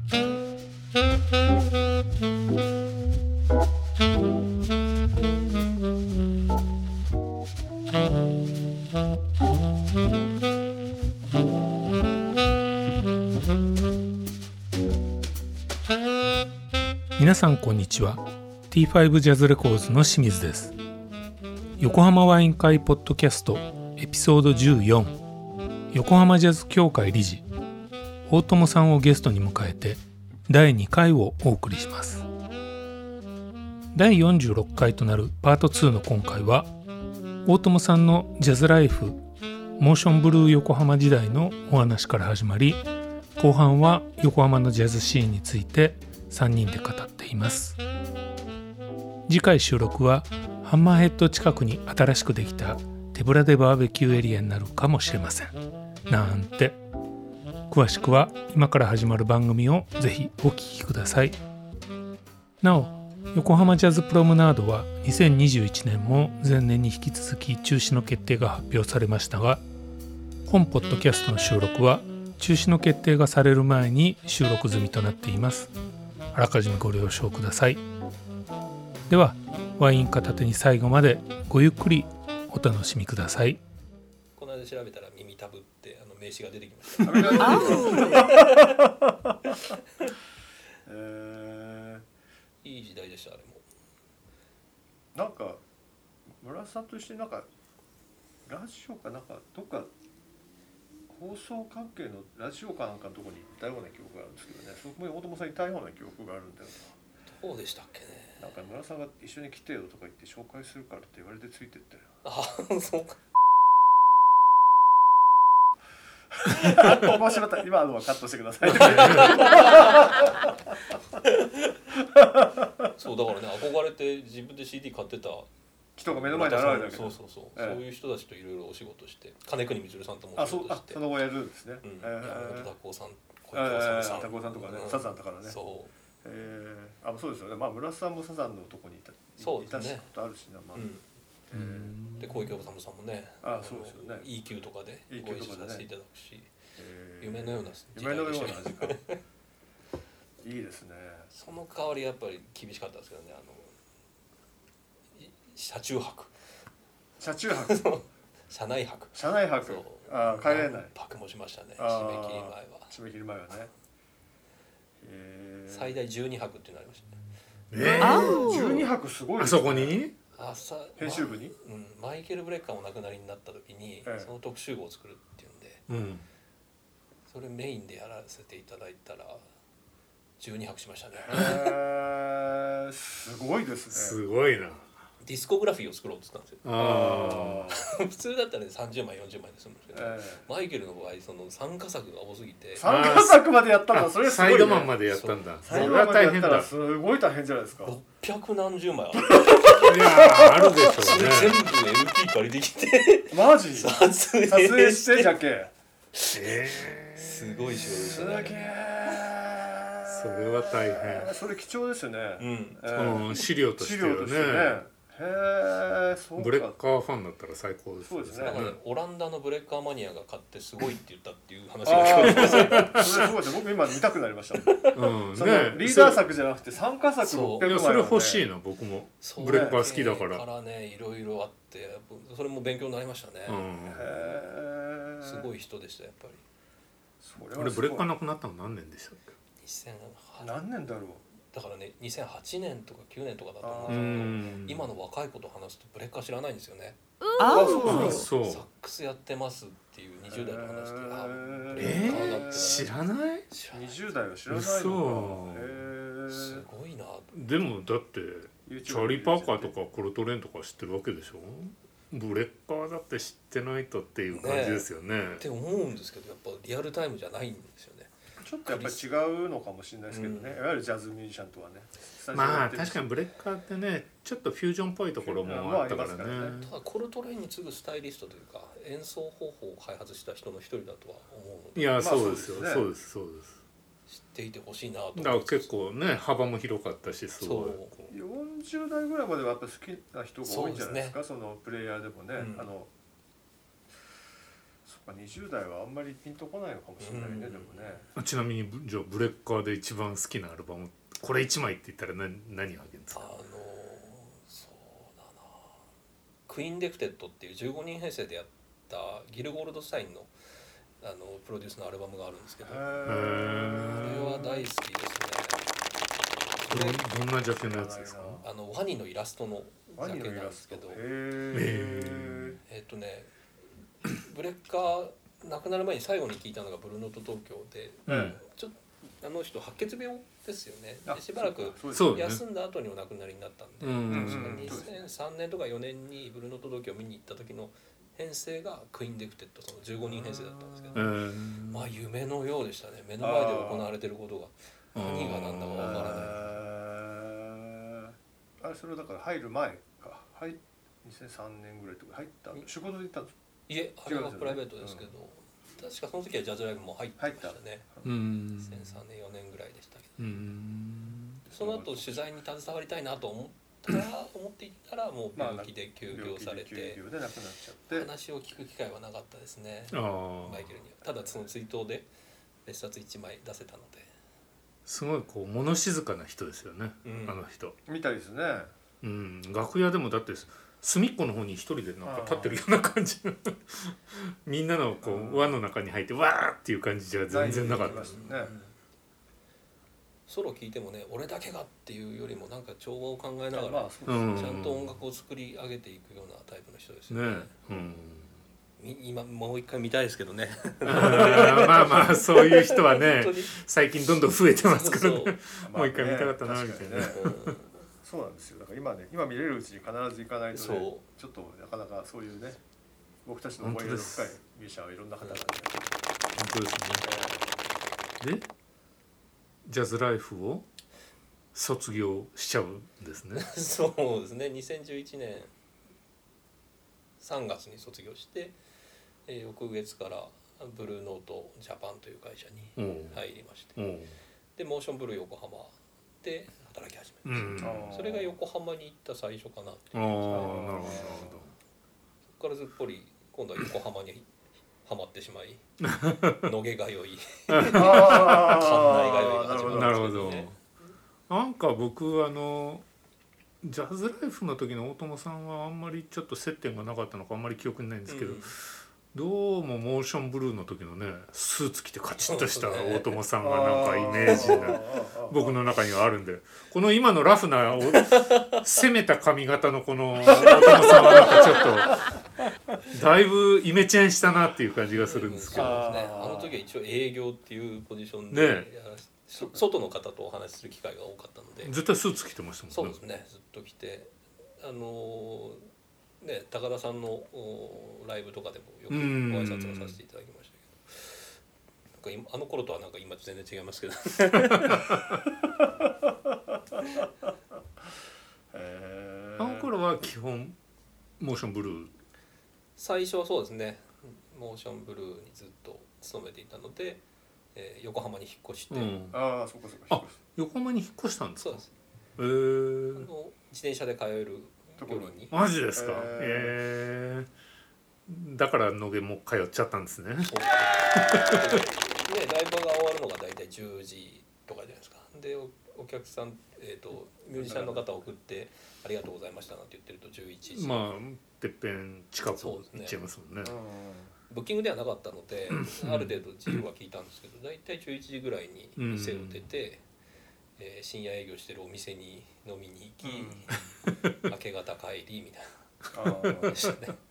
皆さんこんにちは。 T5 ジャズレコーズの清水です。横浜ワイン会ポッドキャストエピソード14、横浜ジャズ協会理事大友さんをゲストに迎えて第2回をお送りします。第46回となるパート2の今回は、大友さんのジャズライフモーションブルー横浜時代のお話から始まり、後半は横浜のジャズシーンについて3人で語っています。次回収録はハンマーヘッド近くに新しくできた手ぶらでバーベキューエリアになるかもしれません。なんて。詳しくは今から始まる番組をぜひお聞きください。なお、横浜ジャズプロムナードは2021年も前年に引き続き中止の決定が発表されましたが、本ポッドキャストの収録は中止の決定がされる前に収録済みとなっています。あらかじめご了承ください。ではワイン片手に最後までごゆっくりお楽しみください。 この間調べたら耳たぶって名詞が出てきました。いい時代でした。あれもなんか村さんとしてなんかラジオかなんかどっか放送関係のラジオかなんかのところに行ったような記憶があるんですけどね、そこに大友さんいたような記憶があるんだよな。 どうでしたっけね。 なんか村さんが一緒に来てよとか言って紹介するからって言われてついてったよ。 そうか。 面白かった。今のはカットしてください。 そうだからね、憧れて自分で CD 買ってた人が目の前に現れたけど、 そういう人たちといろいろお仕事して、金国光さんともお仕事して、 その後やるんですね。 山本拓夫さん、小池さん、 拓夫さんとかね、サザンだからね。 そう。 そうですよね。まあ村さんもサザンのとこにいたしことあるしな。 で小池治さんもね、 そうですよね。 EQ とかでご一緒させていただくし、夢のような時間。 いいですね。 その代わりやっぱり厳しかったですけどね、車中泊車内泊帰れない泊もしましたね。締め切り前はね、最大12泊っていうのありましたね。 12泊すごいですね。あそこに編集部に、 マイケル・ブレッカーお亡くなりになった時に、その特集号を作るっていうんで、それメインでやらせていただいたら12泊しましたね。 すごいですね。 すごいな。 ディスコグラフィーを作ろうって言ったんですよ。普通だったら、ね、30枚40枚で済むんですけど、マイケルの場合その参加作が多すぎて、 参加作までやったんだ。それすごい、ね、 サイドマンまでやったんだ。 サイドマンまでやったらすごい大変じゃないですか。 600何十枚ある。 いやあるでしょうね。 それ全部 LP 借りてきてマジ撮影してじゃけ。 すごい仕事でしたね。 それは大変。 それ貴重ですよね。 資料としてはね。 そうか。 ブレッカーファンだったら最高です。 そうですね。 オランダのブレッカーマニアが買ってすごいって言ったっていう話が聞こえました。 それすごいです。僕今見たくなりました。そのリーダー作じゃなくて参加作600枚。 それ欲しいな。僕もブレッカー好きだから。 からね、いろいろあってそれも勉強になりましたね。すごい人でしたやっぱり。 俺ブレッカーなくなったの何年でしたっけ。 何年だろう。 だからね、2008年とか9年とかだと思うんですけど、今の若い子と話すとブレッカー知らないんですよね。 そう。 サックスやってますっていう20代と話して、ブレッカーだって知らない？ 20代は知らないのか。すごいな。 でもだってチャーリー・パーカーとかコルトレーンとか知ってるわけでしょ。ブレッカーだって知ってないとっていう感じですよね。 って思うんですけど、やっぱリアルタイムじゃないんですよね。 ちょっとやっぱり違うのかもしれないですけどね、いわゆるジャズミュージシャンとはね。 まあ確かにブレッカーってね、ちょっとフュージョンっぽいところもあったからね。 ただコルトレーンに次ぐスタイリストというか演奏方法を開発した人の一人だとは思うので。 いや、そうですよ、そうです。 知っていてほしいなと。 だから結構ね、幅も広かったし、すごい。 40代ぐらいまではやっぱ好きな人が多いんじゃないですか。そのプレイヤーでもね、そそっか20代はあんまりピンとこないのかもしれないね、でもね。 ちなみにじゃあブレッカーで一番好きなアルバムこれ1枚って言ったら何をあげるんですか？ そうだな、クイーンデクテッドっていう15人編成でやったギル・ゴールドスタインのプロデュースのアルバムがあるんですけど、あれは大好きですね。 どんなジャケのやつですか？ ワニのイラストのジャケなんですけど、ブレッカー亡くなる前に最後に聞いたのがブルーノート東京で、ちょっと人白血病ですよね。でしばらく休んだ後にお亡くなりになったんで、2003年とか4年にブルーノート東京を見に行った時の編成がクイーンデクテッド、その15人編成だったんですけど、まあ夢のようでしたね。目の前で行われてることが何が何だかわからない。 あれそれだから入る前か、2003年ぐらいとか入った仕事で行ったんですか？ いえ、あれはプライベートですけど、確かその時はジャズライブも入ってましたね。2003年4年ぐらいでしたけど、その後取材に携わりたいなと思っていたらもう病気で休業されて、話を聞く機会はなかったですね、マイケルには。ただその追悼で別冊1枚出せたので。 すごいこう物静かな人ですよね、あの人みたいですね。 楽屋でもだって隅っこの方に一人でなんか立ってるような感じのみんなのこう輪の中に入ってわーっていう感じじゃ全然なかったですね。 ソロ聴いてもね、俺だけがっていうよりもなんか調和を考えながらちゃんと音楽を作り上げていくようなタイプの人ですよね。今もう一回見たいですけどねまあそういう人はね最近どんどん増えてますからねもう一回見たかったなみたいな。 そうなんですよ。だから今見れるうちに必ず行かないとね、ちょっとなかなかそういうね、僕たちの思い入れの深いミュージシャンはいろんな方がね。 本当ですね。でジャズライフを卒業しちゃうんですね。 そうですね。2011年3月に卒業して、翌月からブルーノートジャパンという会社に入りまして、でモーションブルー横浜で働き始めました。それが横浜に行った最初かなっていう。なるほど。そこからずっぽり今度は横浜にハマってしまい野毛通い館内通いが始まりましたね。 なるほど。なんか僕ジャズライフの時の大友さんはあんまりちょっと接点がなかったのかあんまり記憶にないんですけど、どうもモーションブルーの時のねスーツ着てカチッとした大友さんがなんかイメージが僕の中にはあるんで、この今のラフな攻めた髪型のこの大友さんはなんかちょっとだいぶイメチェンしたなっていう感じがするんですけど、 そうですね。あの時は一応営業っていうポジションで外の方とお話しする機会が多かったので、 絶対スーツ着てましたもんね。 そうですね。ずっと着て高田さんのライブとかでもよくご挨拶をさせていただきましたけど、なんかあの頃とはなんか今全然違いますけどあの頃は基本モーションブルー。 最初はそうですね。モーションブルーにずっと勤めていたので、横浜に引っ越して、 横浜に引っ越したんですか？ そうです。自転車で通えるところに。 マジですか？だから野毛も通っちゃったんですね。ライブが終わるのがだいたい10時とかじゃないですか。でお客さん、ミュージシャンの方を送ってありがとうございましたなんて言ってると11時。 まあてっぺん近く行っちゃいますもんね。 ブッキングではなかったのである程度自由は聞いたんですけど、だいたい11時ぐらいに店を出て、深夜営業してるお店に飲みに行き、明け方帰りみたいなでしたね。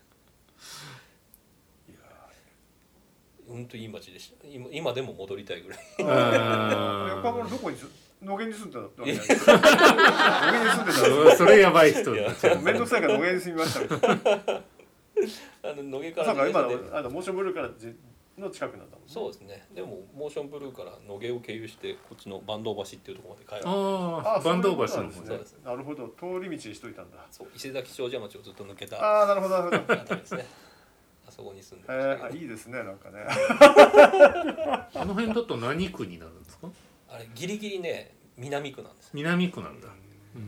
本当いい街でした。今でも戻りたいぐらい。 横浜のどこに野毛に住んでたわけじゃないですか。野毛に住んでた。 それやばい人。 面倒くさいから野毛に住みましたけど。 野毛から今のモーションブルーからの近くなんだもんね。 そうですね。でもモーションブルーから野毛を経由してこっちの坂東橋っていうところまで帰る。 坂東橋の方ですね。なるほど。通り道にしといたんだ。 そう、伊勢崎長者町をずっと抜けた。 なるほどなるほど。 あたりですね。あそこに住んでましたけど。 いいですね、なんかね。 あの辺だと何区になるんですか？ あれギリギリね南区なんです。 南区なんだ。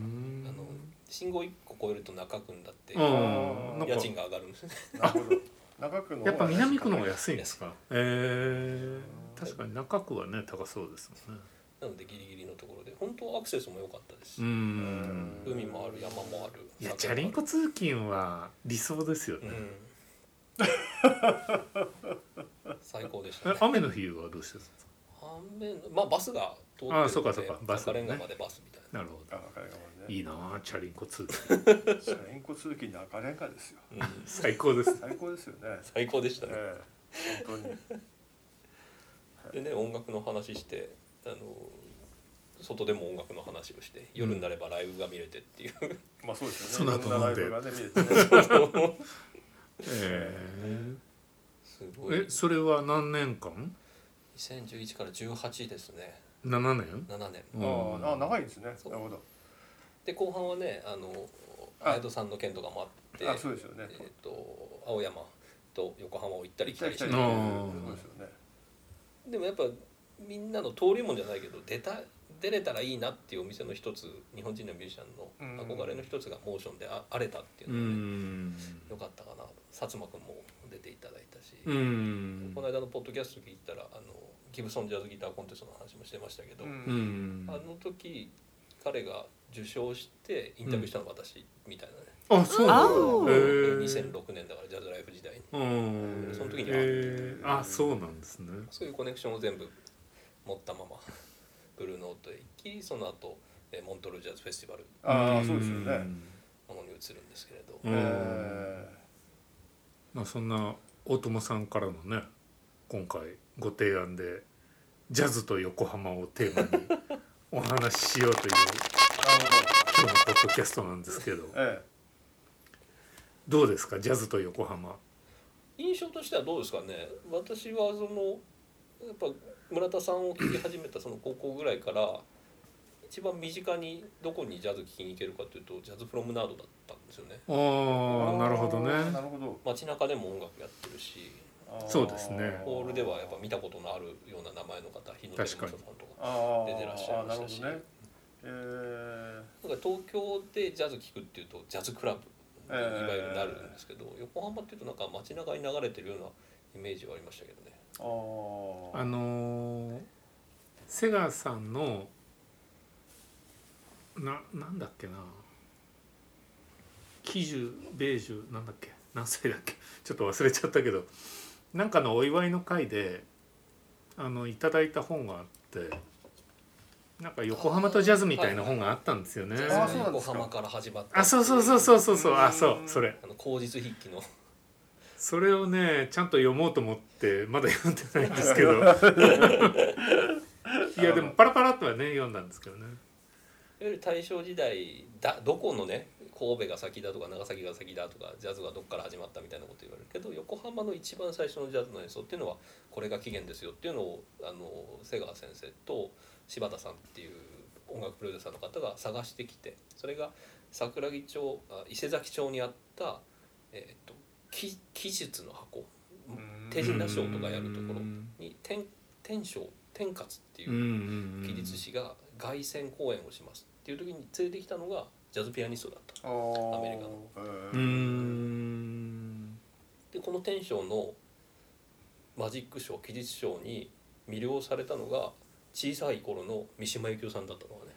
信号1個越えると中区になって家賃が上がるんですね。 なるほど。 中区のやっぱ南区の方が安いんですか。確かに中区はね高そうですもんね。 なのでギリギリのところで本当アクセスも良かったですし、海もある山もある。 いやチャリンコ通勤は理想ですよね、 最高でしたね。 雨の日はどうしてですか。 まあバスが通ってるので、 そうかバス、 赤レンガまでバスみたいな。 なるほど。 赤レンガまでいいなチャリンコ通勤。 チャリンコ通勤の赤レンガですよ。 最高です。 最高ですよね。 最高でしたね。 本当でに。 ね音楽の話して外でも音楽の話をして夜になればライブが見れてっていう、 まあそうですよね。 その後飲んでライブがね見れてね。 すごい。 それは何年間 ？2011から18ですね。 7年 7年。 長いですね。なるほど。 で後半はね綾戸さんの件とかもあって、 そうですよね。 青山と横浜を行ったり来たりして、 そうですよね。 でもやっぱみんなの登竜門じゃないけど出れたらいいなっていうお店の一つ、日本人のミュージシャンの憧れの一つがモーションであれたっていうのがね、よかったかな。薩摩君も出ていただいたし、この間のポッドキャスト聞いたらギブソンジャズギターコンテストの話もしてましたけど、あの時彼が受賞してインタビューしたのが私みたいなね。 あ、そうなんだ。 2006年だからジャズライフ時代に、その時にはそうなんですね。 そういうコネクションを全部持ったままブルーノートへ行き、その後モントルジャズフェスティバルそうですよねものに移るんですけれど、 まあそんな大友さんからのね今回ご提案でジャズと横浜をテーマにお話ししようという今日のポッドキャストなんですけど、どうですかジャズと横浜。 印象としてはどうですかね。私はやっぱ村田さんを聴き始めたその高校ぐらいから一番身近にどこにジャズ聴きに行けるかというとジャズプロムナードだったんですよね。 なるほどね。 街中でも音楽やってるし、 そうですね。 ホールではやっぱ見たことのあるような名前の方、日野天本さんとか出てらっしゃいましたし、なんか東京でジャズ聴くっていうとジャズクラブいわゆるなるんですけど、横浜っていうとなんか街中に流れてるようなイメージはありましたけどね。 瀬川さんのなんだっけな、喜寿米寿なんだっけ、何歳だっけちょっと忘れちゃったけど、なんかのお祝いの会でいただいた本があって、なんか横浜とジャズみたいな本があったんですよね。 横浜から始まった。 そうそれ口実筆記のそれをねちゃんと読もうと思ってまだ読んでないんですけどいやでもパラパラとはね読んだんですけどね。 いわゆる大正時代どこのね神戸が先だとか長崎が先だとかジャズはどこから始まったみたいなこと言われるけど、横浜の一番最初のジャズの演奏っていうのはこれが起源ですよっていうのを瀬川先生と柴田さんっていう音楽プロデューサーの方が探してきて、それが桜木町伊勢崎町にあった記述の箱、手品賞とかやるところに天勝っていう記述師が凱旋公演をしますっていう時に連れてきたのがジャズピアニストだった、アメリカの。でこの天勝のマジック賞記述賞に魅了されたのが小さい頃の三島由紀夫さんだったのが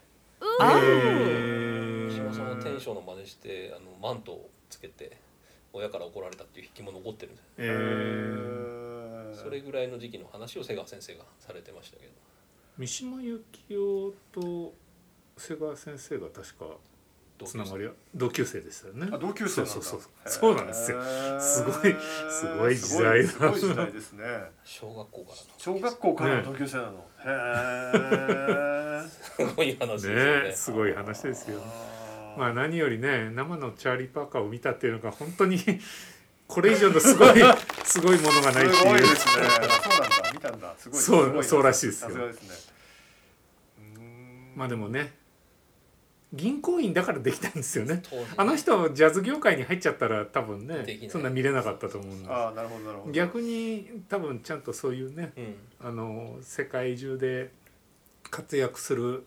ね。三島さんは天勝の真似してマントをつけて親から怒られたっていう筆記も残ってるんです。それぐらいの時期の話を瀬川先生がされてましたけど、 三島由紀夫と瀬川先生が確かつながりは同級生でしたよね。 同級生なんだ。 そうなんですよ。すごい時代だ。 すごい時代ですね。 小学校からの同級生なの。 すごい話ですよね。 すごい話ですよ。まあ何よりね生のチャーリー・パーカーを見たっていうのが本当にこれ以上のすごいものがないっていう。 すごいですね。そうなんだ。見たんだ。すごい。 そうらしいですよ。まあでもね。銀行員だからできたんですよね。あの人はジャズ業界に入っちゃったら多分ねそんな見れなかったと思うんです。 なるほど。 逆に多分ちゃんとそういうね、世界中で活躍する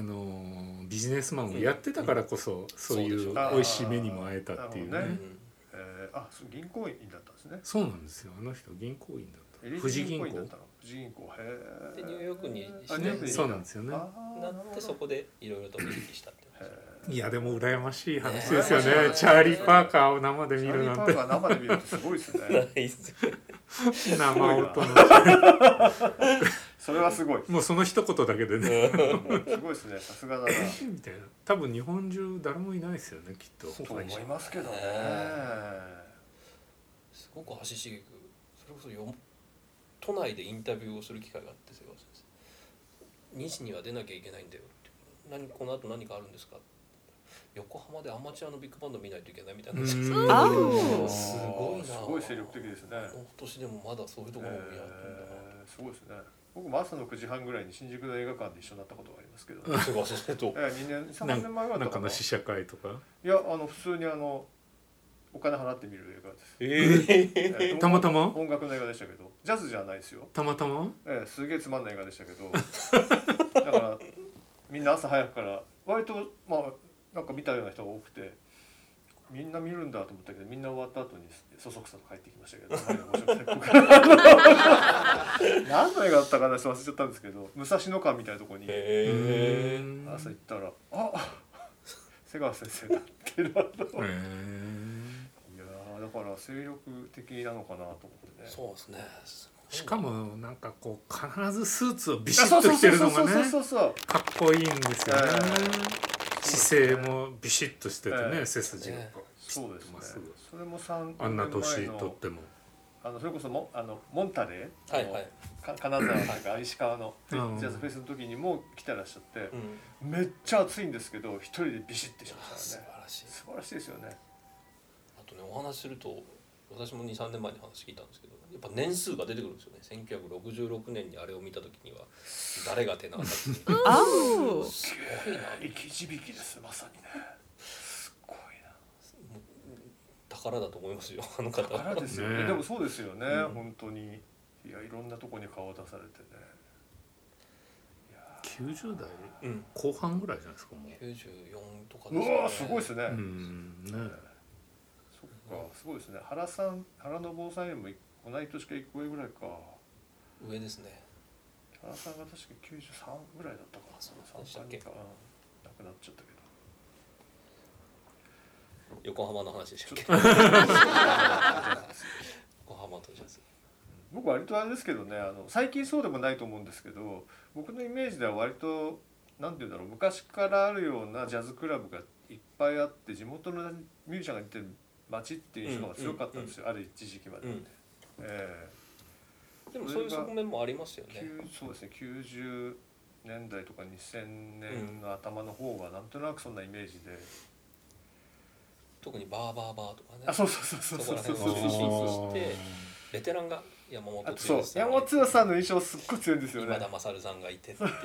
ビジネスマンをやってたからこそ、そういう美味しい目にも会えたっていうね。 銀行員だったんですね。 そうなんですよ。あの人銀行員だった。富士銀行。 富士銀行。へえ。 でニューヨークにそうなんですよね。 なってそこでいろいろと見聞きしたって。 いやでも羨ましい話ですよね。チャーリー・パーカーを生で見るなんて。 チャーリー・パーカー生で見るってすごいですね。 生音の。 それはすごい。 もうその一言だけでね。 すごいですね。さすがだな。 みたいな。多分日本中誰もいないですよねきっと。 そう思いますけどね。 すごく足しげくそれこそ都内でインタビューをする機会があって瀬川先生。2時には出なきゃいけないんだよ。この後何かあるんですか。横浜でアマチュアのビッグバンド見ないといけないみたいな。すごいな。すごい精力的ですね。 今年でもまだそういうところをやってるんだな。 すごいですね。僕も朝の9時半ぐらいに新宿の映画館で一緒になったことがありますけど。 すごいですね。 2年3年前ぐらいだったかな。 なんかの試写会とか。 いや普通にお金払って見る映画です。 たまたま音楽の映画でしたけど、ジャズじゃないですよ。 たまたま？ すげえつまんない映画でしたけど、だからみんな朝早くから割となんか見たような人が多くて、みんな見るんだと思ったけど、みんな終わった後にそそくさと帰ってきましたけど、何の映画だったかな忘れちゃったんですけど、武蔵野館みたいなところに朝行ったら、瀬川先生だってなと。だから精力的なのかなと思ってね。 そうですね。 しかもなんかこう必ずスーツをビシッと着てるのがねかっこいいんですよね。姿勢もビシッとしててね、背筋がそうですね。それもあんな年とってもそれこそモンタレー、金沢とか石川のジャズフェスの時にも来てらっしゃって、めっちゃ暑いんですけど一人でビシッてしましたね。素晴らしいですよね。 あとね、お話すると私も 2,3 年前に話聞いたんですけど、やっぱ年数が出てくるんですよね。1966年にあれを見た時には誰が手なかったってすごいな。 生き字引ですまさにね。すごいな。 宝だと思いますよ、あの方は。 宝ですよね。でもそうですよね、本当に。いろんなとこに顔を出されてね。 90代後半ぐらいじゃないですか。もう 94とかですね。うわすごいですね。そっか、すごいですね。原信夫さんよりも同い年か1個上ぐらいか。 上ですね。 原さんが確か93ぐらいだったかな。 そうでしたっけ。 亡くなっちゃったけど。 横浜の話でしたっけ。横浜とジャズ。 僕割とあれですけどね、最近そうでもないと思うんですけど、僕のイメージでは割となんていうんだろう、昔からあるようなジャズクラブがいっぱいあって、地元のミュージシャンがいてる街っていう印象が強かったんですよ、ある一時期まで。 でもそういう側面もありますよね。 そうですね、90年代とか2000年の頭の方はなんとなくそんなイメージで、 特にバーとかね。 そうそこら辺を中心としてベテランが山本剛さん、 山本剛さんの印象すっごい強いんですよね。 今田勝さんがいてっていう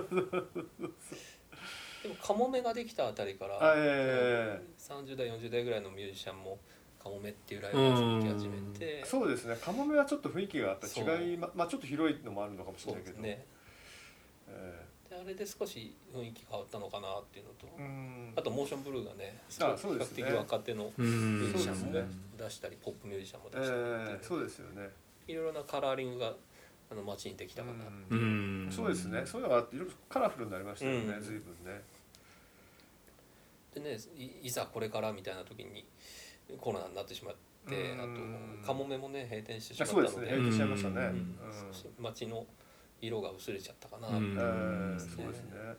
でもカモメができたあたりから、30代40代ぐらいのミュージシャンもカモメっていうライブを聴き始めて、 そうですね、カモメはちょっと雰囲気があった違い、ちょっと広いのもあるのかもしれないけど、 ね、であれで少し雰囲気変わったのかなっていうのと、あとモーションブルーがね、比較的若手のミュージシャンも出したり、ポップミュージシャンも出したり、 そうですよね、 いろいろなカラーリングが街にできたかな。 そうですね、そういうのがあっていろいろカラフルになりましたよね、随分ね。 でね、いざこれからみたいな時にコロナになってしまって、あとカモメもね閉店してしまったので、 そうですね、閉店しちゃいましたね。 少し街の色が薄れちゃったかな。 そうですね。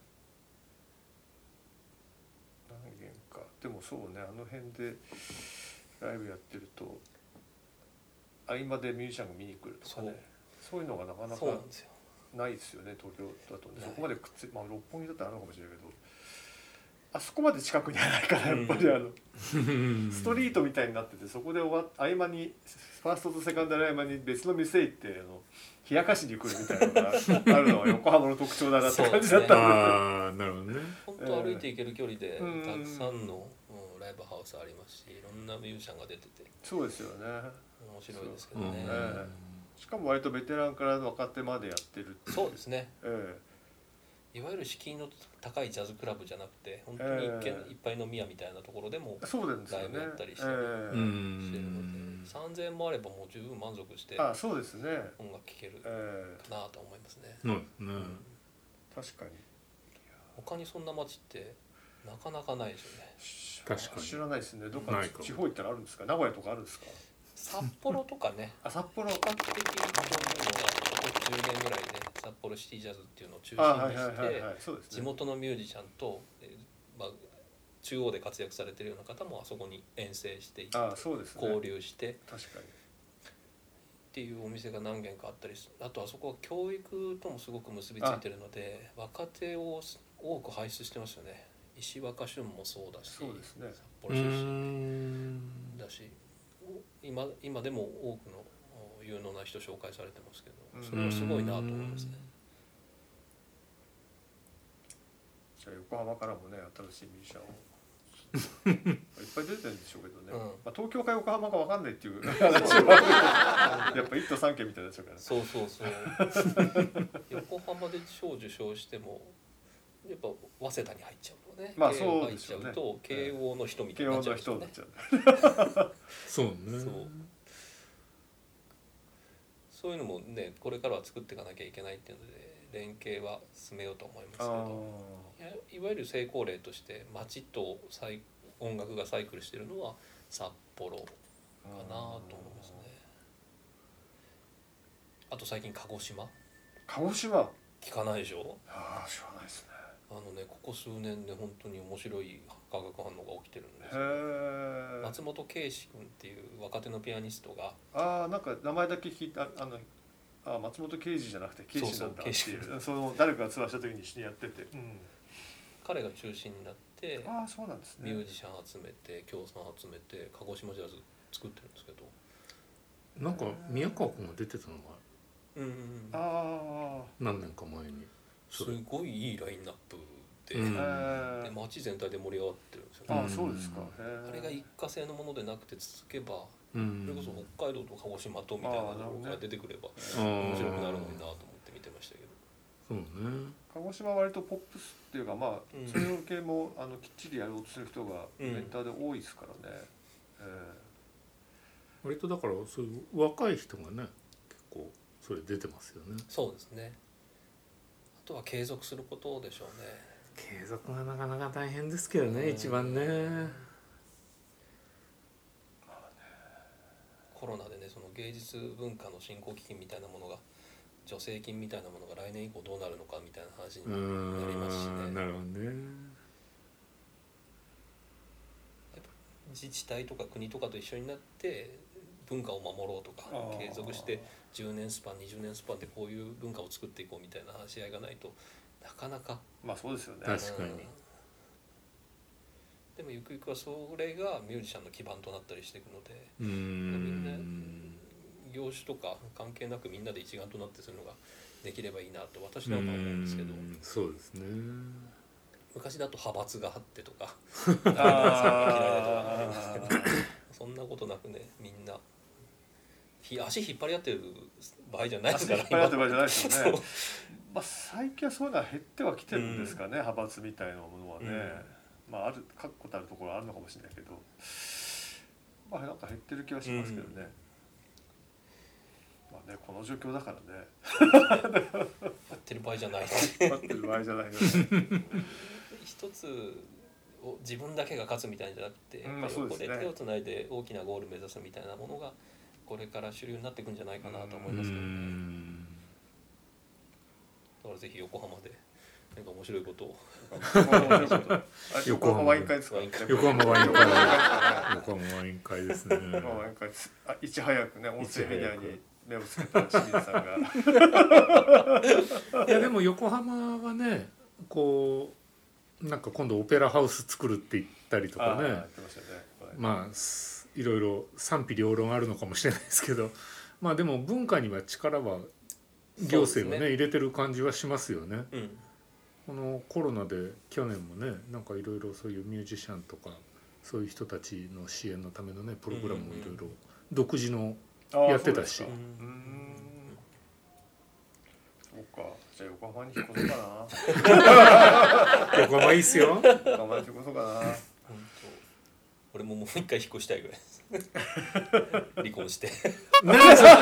何軒か、でもそうね、あの辺でライブやってると合間でミュージシャンが見に来るとかね、そういうのがなかなかないですよね、東京だとね。そこまでくっつい、六本木だったらあるのかもしれないけど、あそこまで近くにはないからやっぱりストリートみたいになってて、そこで合間にファーストとセカンダル合間に別の店行って冷やかしに来るみたいなのがあるのは横浜の特徴だなって感じだったので、 なるほどね。 本当歩いて行ける距離でたくさんのライブハウスありますし、いろんなミュージシャンが出てて、 そうですよね、 面白いですけどね。 しかも割とベテランから若手までやってるっていう。 そうですね。 いわゆる敷居の高いジャズクラブじゃなくて本当に一軒いっぱい飲み屋みたいなところでもライブやったりしてるので、3000円もあればもう十分満足してそうですね音楽聴けるかなと思いますね。 確かに他にそんな街ってなかなかないですよね。 確かに知らないですね。どっか地方行ったらあるんですか？名古屋とかあるんですか？ 札幌とかね札幌比較的と思うのがここ10年ぐらいで札幌シティジャズっていうのを中心にして地元のミュージシャンと、中央で活躍されているような方もあそこに遠征していて、交流して確かにっていうお店が何軒かあったり、あとあそこは教育ともすごく結びついてるので若手を多く輩出してますよね。石若俊もそうだし、 そうですね、 札幌出身だし今でも多くの有能な人紹介されてますけど、それはすごいなと思いますね。 じゃあ横浜からもね新しいミュージシャンをいっぱい出てるんでしょうけどね、東京か横浜か分かんないっていう話はやっぱ1都3県みたいになっちゃうから、 そう横浜で賞受賞してもやっぱ早稲田に入っちゃうのね、 そうですよね、 慶応の人みたいになっちゃうんですよね。 そうね。 そういうのもねこれからは作っていかなきゃいけないっていうので連携は進めようと思いますけど、いわゆる成功例として街と音楽がサイクルしてるのは札幌かなと思いますね。あと最近鹿児島聞かないでしょ？ 知らないですね。 ここ数年で本当に面白い化学反応が起きてるんですよ。松本圭司君っていう若手のピアニストがなんか名前だけ聞いた松本圭司じゃなくて圭司なんだっていう、その誰かがツアーした時に一緒にやってて、 彼が中心になってそうなんですね、 ミュージシャン集めて協賛集めて鹿児島ジャズ作ってるんですけど、 なんか宮川君が出てたのが何年か前にすごいいいラインナップで街全体で盛り上がってるんですよね。 そうですか。 あれが一過性のものでなくて続けば、それこそ北海道と鹿児島とみたいなのが出てくれば面白くなるのになと思って見てましたけど。 そうね。 鹿児島は割とポップスっていうかそういう系もきっちりやろうとする人がメンターで多いですからね。 割とだからそういう若い人がね結構それ出てますよね。 そうですね。あとは継続することでしょうね。 継続がなかなか大変ですけどね、一番ね。 コロナでねその芸術文化の振興基金みたいなものが助成金みたいなものが来年以降どうなるのかみたいな話になりますしね。 なるほどね。 自治体とか国とかと一緒になって文化を守ろうとか継続して10年スパン20年スパンでこういう文化を作っていこうみたいな話し合いがないとなかなか。 そうですよね。 確かに。 でもゆくゆくはそれがミュージシャンの基盤となったりしていくので、みんな業種とか関係なくみんなで一丸となってそういうのができればいいなと私なんか思うんですけど。 そうですね。 昔だと派閥があってとか嫌いな人がありますけどそんなことなくねみんな足引っ張り合ってる場合じゃないですから。 足引っ張り合ってる場合じゃないですよね。最近はそういうのは減ってはきてるんですかね、派閥みたいなものはね。ある確固たるところはあるのかもしれないけど、なんか減ってる気はしますけどね。この状況だからね。 やってる場合じゃない。 やってる場合じゃないよね。 一つを自分だけが勝つみたいじゃなくて、横で手をつないで大きなゴール目指すみたいなものがこれから主流になっていくんじゃないかなと思いますけどね。だからぜひ横浜でなんか面白いことを横浜ワイン会ですか？ 横浜ワイン会。横浜ワイン会ですね。 いち早くね音声メディアに目をつけた清水さんが。 いやでも横浜はねこうなんか今度オペラハウス作るって言ったりとかね。いろいろ賛否両論あるのかもしれないですけど、でも文化には力は行政がね入れてる感じはしますよね。このコロナで去年もねなんかいろいろそういうミュージシャンとかそういう人たちの支援のためのねプログラムもいろいろ独自のやってたし。 か。じゃあ横浜に引っ越そうかな。横浜いいっすよ。 な。横浜に引っ越そうかな。 本当。俺ももう一回引っ越したいぐらいです。離婚して。 なんで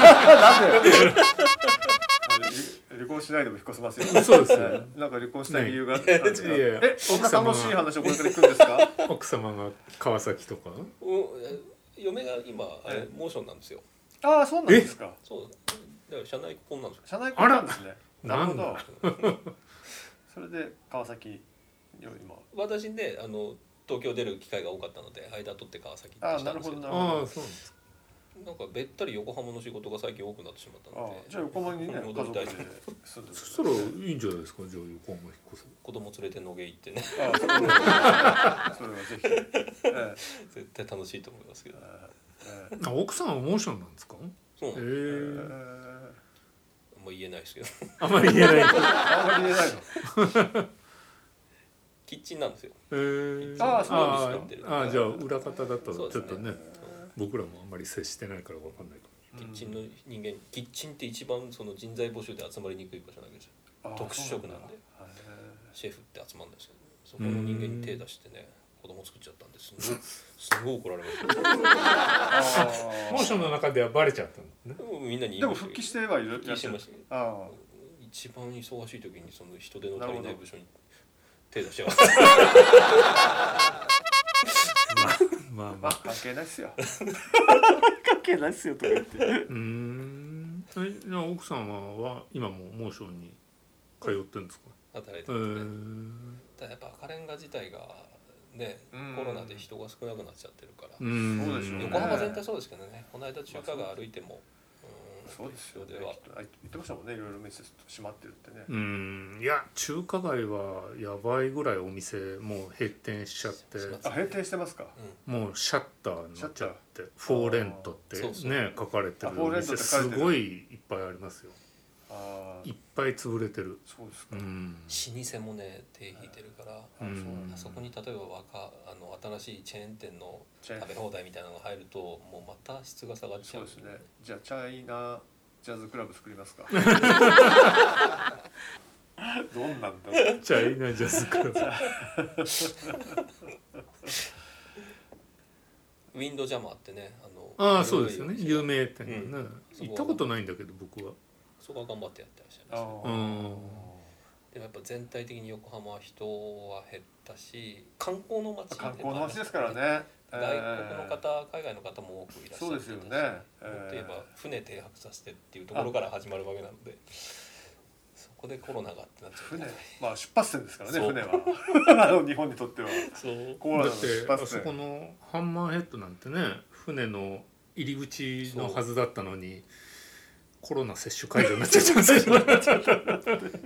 離婚しないでも引っ越せますよ。 そうですよ。 なんか離婚した理由があるんですか。 いやそんな楽しい話をこれから聞くんですか。 奥様が川崎とか。 嫁が今モーションなんですよ。 ああ、そうなんですか。 そうだから社内婚なんですよ。 社内婚なんですね。なるほど。 なんだ。 それで川崎に今。 私ね東京出る機会が多かったので間取って川崎ああ、なるほどなるほど。 ああ、そうなんですか。 なんかべったり横浜の仕事が最近多くなってしまったので。 じゃあ横浜にね戻りたい。 そしたらいいんじゃないですか。じゃあ横浜引っ越す。 子供連れて野毛行ってね。 それはぜひ。 絶対楽しいと思いますけど。 奥さんはモーションなんですか。 そう。あんま言えないですけど。 あんまり言えない。 あんまり言えないの。 キッチンなんですよ。 ああ、そうなんですか。じゃあ裏方だとちょっとね、僕らもあんまり接してないからわかんないかも。キッチンの人間、キッチンって一番その人材募集で集まりにくい場所なんですよ。特殊職なんで、シェフって集まるんですけど、そこの人間に手出してね、子供作っちゃったんです。すごい怒られました。 モーションの中ではバレちゃったんですね。 みんなに。でも復帰してはいる。 復帰してましたけど。一番忙しい時にその人手の足りない部署に手出しやがって。 まあ関係ないっすよ。関係ないっすよとか言って。 奥様は今もモーションに通ってるんですか。 働いてますね。ただやっぱ赤レンガ自体がね、コロナで人が少なくなっちゃってるから。 そうでしょうね。 横浜全体そうですけどね。この間中華街歩いても。 そうですよね。言ってましたもんね。いろいろ店閉まってるってね。 いや中華街はやばいぐらいお店もう閉店しちゃって。 閉店してますか。 もうシャッターになっちゃって、フォーレントってね書かれてるお店すごいいっぱいありますよ。いっぱい潰れてる。 そうですか。 老舗もね手引いてるから、あそこに例えば新しいチェーン店の食べ放題みたいなのが入るともうまた質が下がっちゃう。 そうですね。じゃあチャイナジャズクラブ作りますか。どんなんだ。 チャイナジャズクラブ。 ウィンドジャマーってねそうですよね。有名店ね。行ったことないんだけど僕は。 そこは頑張ってやってらっしゃいます。でもやっぱ全体的に横浜は人は減ったし観光の街ですからね。 外国の方海外の方も多くいらっしゃって、 そうですよね。 例えば船停泊させてっていうところから始まるわけなので、そこでコロナがってなっちゃう。 船出発点ですからね。船は日本にとっては。 コロナの出発点。だってあそこのハンマーヘッドなんてね船の入り口のはずだったのに。コロナ接種会場になっちゃったんですけどいろんなことが崩れて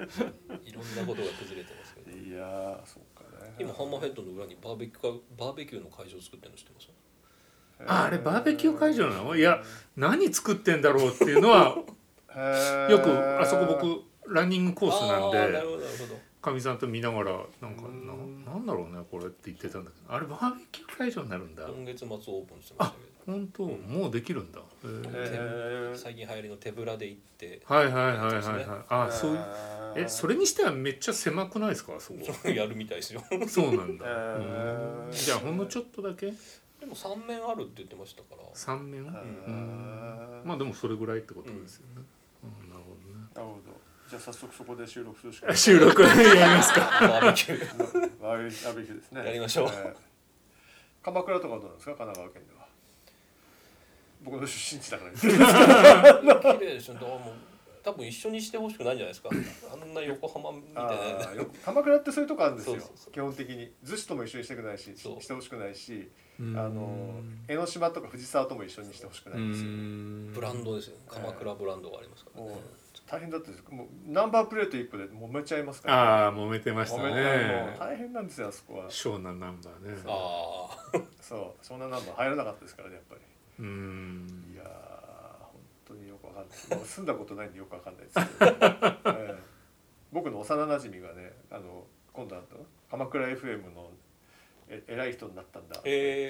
ますけど、 いやそうかね。 今ハンマーヘッドの裏にバーベキューの会場を作ってるの知ってます？ あれバーベキュー会場なの？いや何作ってんだろうっていうのはよくあそこ僕ランニングコースなんでかみさんと見ながらなんだろうねこれって言ってたんだけど、あれバーベキュー会場になるんだ。 今月末オープンしてましたけど。 本当、もうできるんだ。 最近流行りの手ぶらで行って。 はい。そういうそれにしてはめっちゃ狭くないですかそこ。 やるみたいですよ。 そうなんだ。じゃあほんのちょっとだけ。 でも3面あるって言ってましたから。 3面？まあでもそれぐらいってことですよね。なるほどね。 なるほど。じゃあ早速そこで収録するしかない。 収録やりますか。 バーベキューですね。 やりましょう。 鎌倉とかどうなんですか神奈川県では。僕の出身地だから綺麗ですよ。多分一緒にしてほしくないんじゃないですか。あんな横浜みたいな。 鎌倉ってそういうとこあるんですよ。基本的に逗子とも一緒にしてほしくないし、してほしくないし、江ノ島とか藤沢とも一緒にしてほしくないんですよ。 ブランドですよ。鎌倉ブランドがありますからね。 大変だったです。もうナンバープレート1個で揉めちゃいますから。 ああ揉めてましたね。 大変なんですよあそこは。 湘南ナンバーね。 そう湘南ナンバー入らなかったですからねやっぱり。いや本当によくわかんない。もう住んだことないんでよくわかんないですけど、僕の幼馴染がね今度鎌倉 FM の偉い人になったんだ。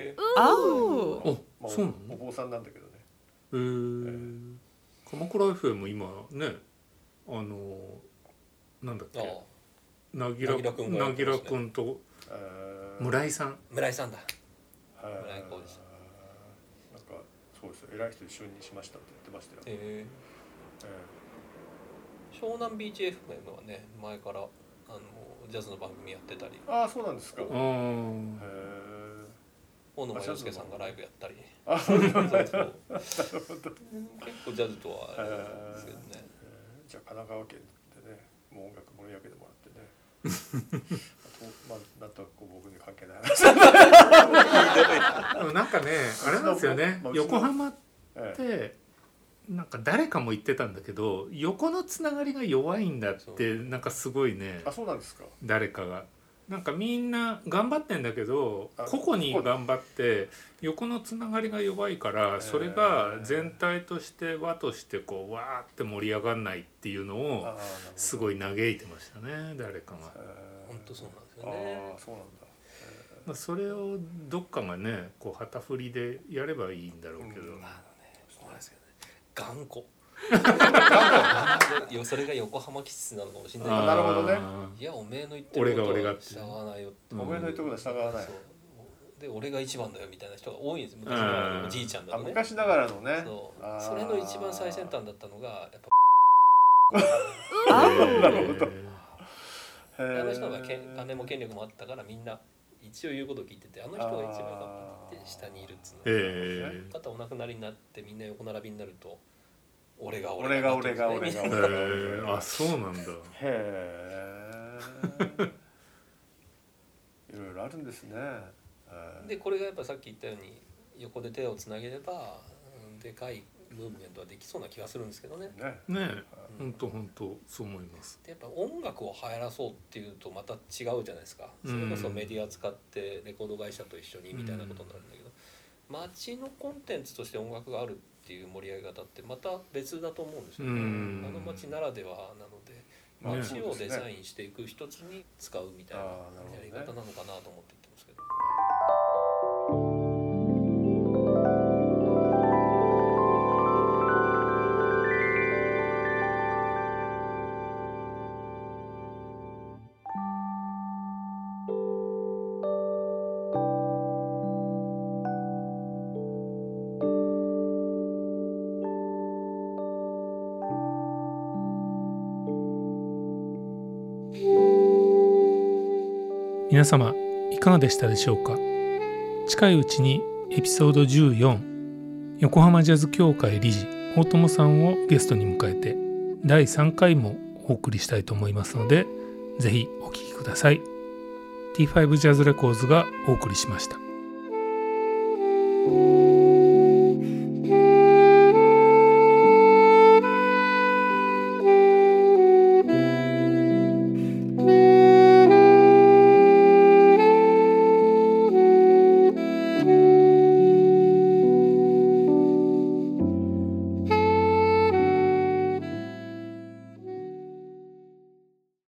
そうなの？ お坊さんなんだけどね。 鎌倉 FM 今ねなんだっけ、なぎらくんと村井さんだ村井浩二さんなんかそうですよ、偉い人一緒にしましたって言ってましたよ。 湘南ビーチ FM はね前からジャズの番組やってたり。 ああそうなんですか。 大野洋介さんがライブやったり。結構ジャズとはあれですけどね。 じゃあ神奈川県でね、もう音楽盛り上げてもらってね。まあなんとなく僕に関係ない話。 なんかねあれなんですよね。横浜ってなんか誰かも言ってたんだけど、横のつながりが弱いんだってなんかすごいね。 あ、そうなんですか。 誰かが。なんかみんな頑張ってんだけど個々に頑張って横のつながりが弱いからそれが全体として輪としてこうわーって盛り上がんないっていうのをすごい嘆いてましたね誰かが。 本当そうなんですよね。 ああそうなんだ。 それをどっかがねこう旗振りでやればいいんだろうけど。 そうなんですよね。頑固。それが横浜気質なのかもしれないけど。 なるほどね。 いやおめえの言ってることは従わないよって。 おめえの言ってることは従わない。 で俺が一番だよみたいな人が多いんです。昔ながらのおじいちゃんだとね。 昔ながらのね。 それの一番最先端だったのがやっぱ。なるほど。 あの人が金も権力もあったからみんな一応言うことを聞いてて、あの人が一番頑張って下にいるっつうの。またお亡くなりになってみんな横並びになると。俺があ、そうなんだ。 へえ。いろいろあるんですね。 でこれがやっぱさっき言ったように横で手をつなげればでかいムーブメントはできそうな気がするんですけどね。 ねえ、本当そう思います。 でやっぱ音楽を流行らそうっていうとまた違うじゃないですか。それこそメディア使ってレコード会社と一緒にみたいなことになるんだけど、街のコンテンツとして音楽があるっていう盛り上げ方ってまた別だと思うんですよね。あの街ならではなので街をデザインしていく一つに使うみたいなやり方なのかなと思って言ってますけど。 皆様いかがでしたでしょうか。近いうちにエピソード14横浜ジャズ協会理事大友さんをゲストに迎えて第3回もお送りしたいと思いますのでぜひお聞きください。 T5 ジャズレコーズがお送りしました。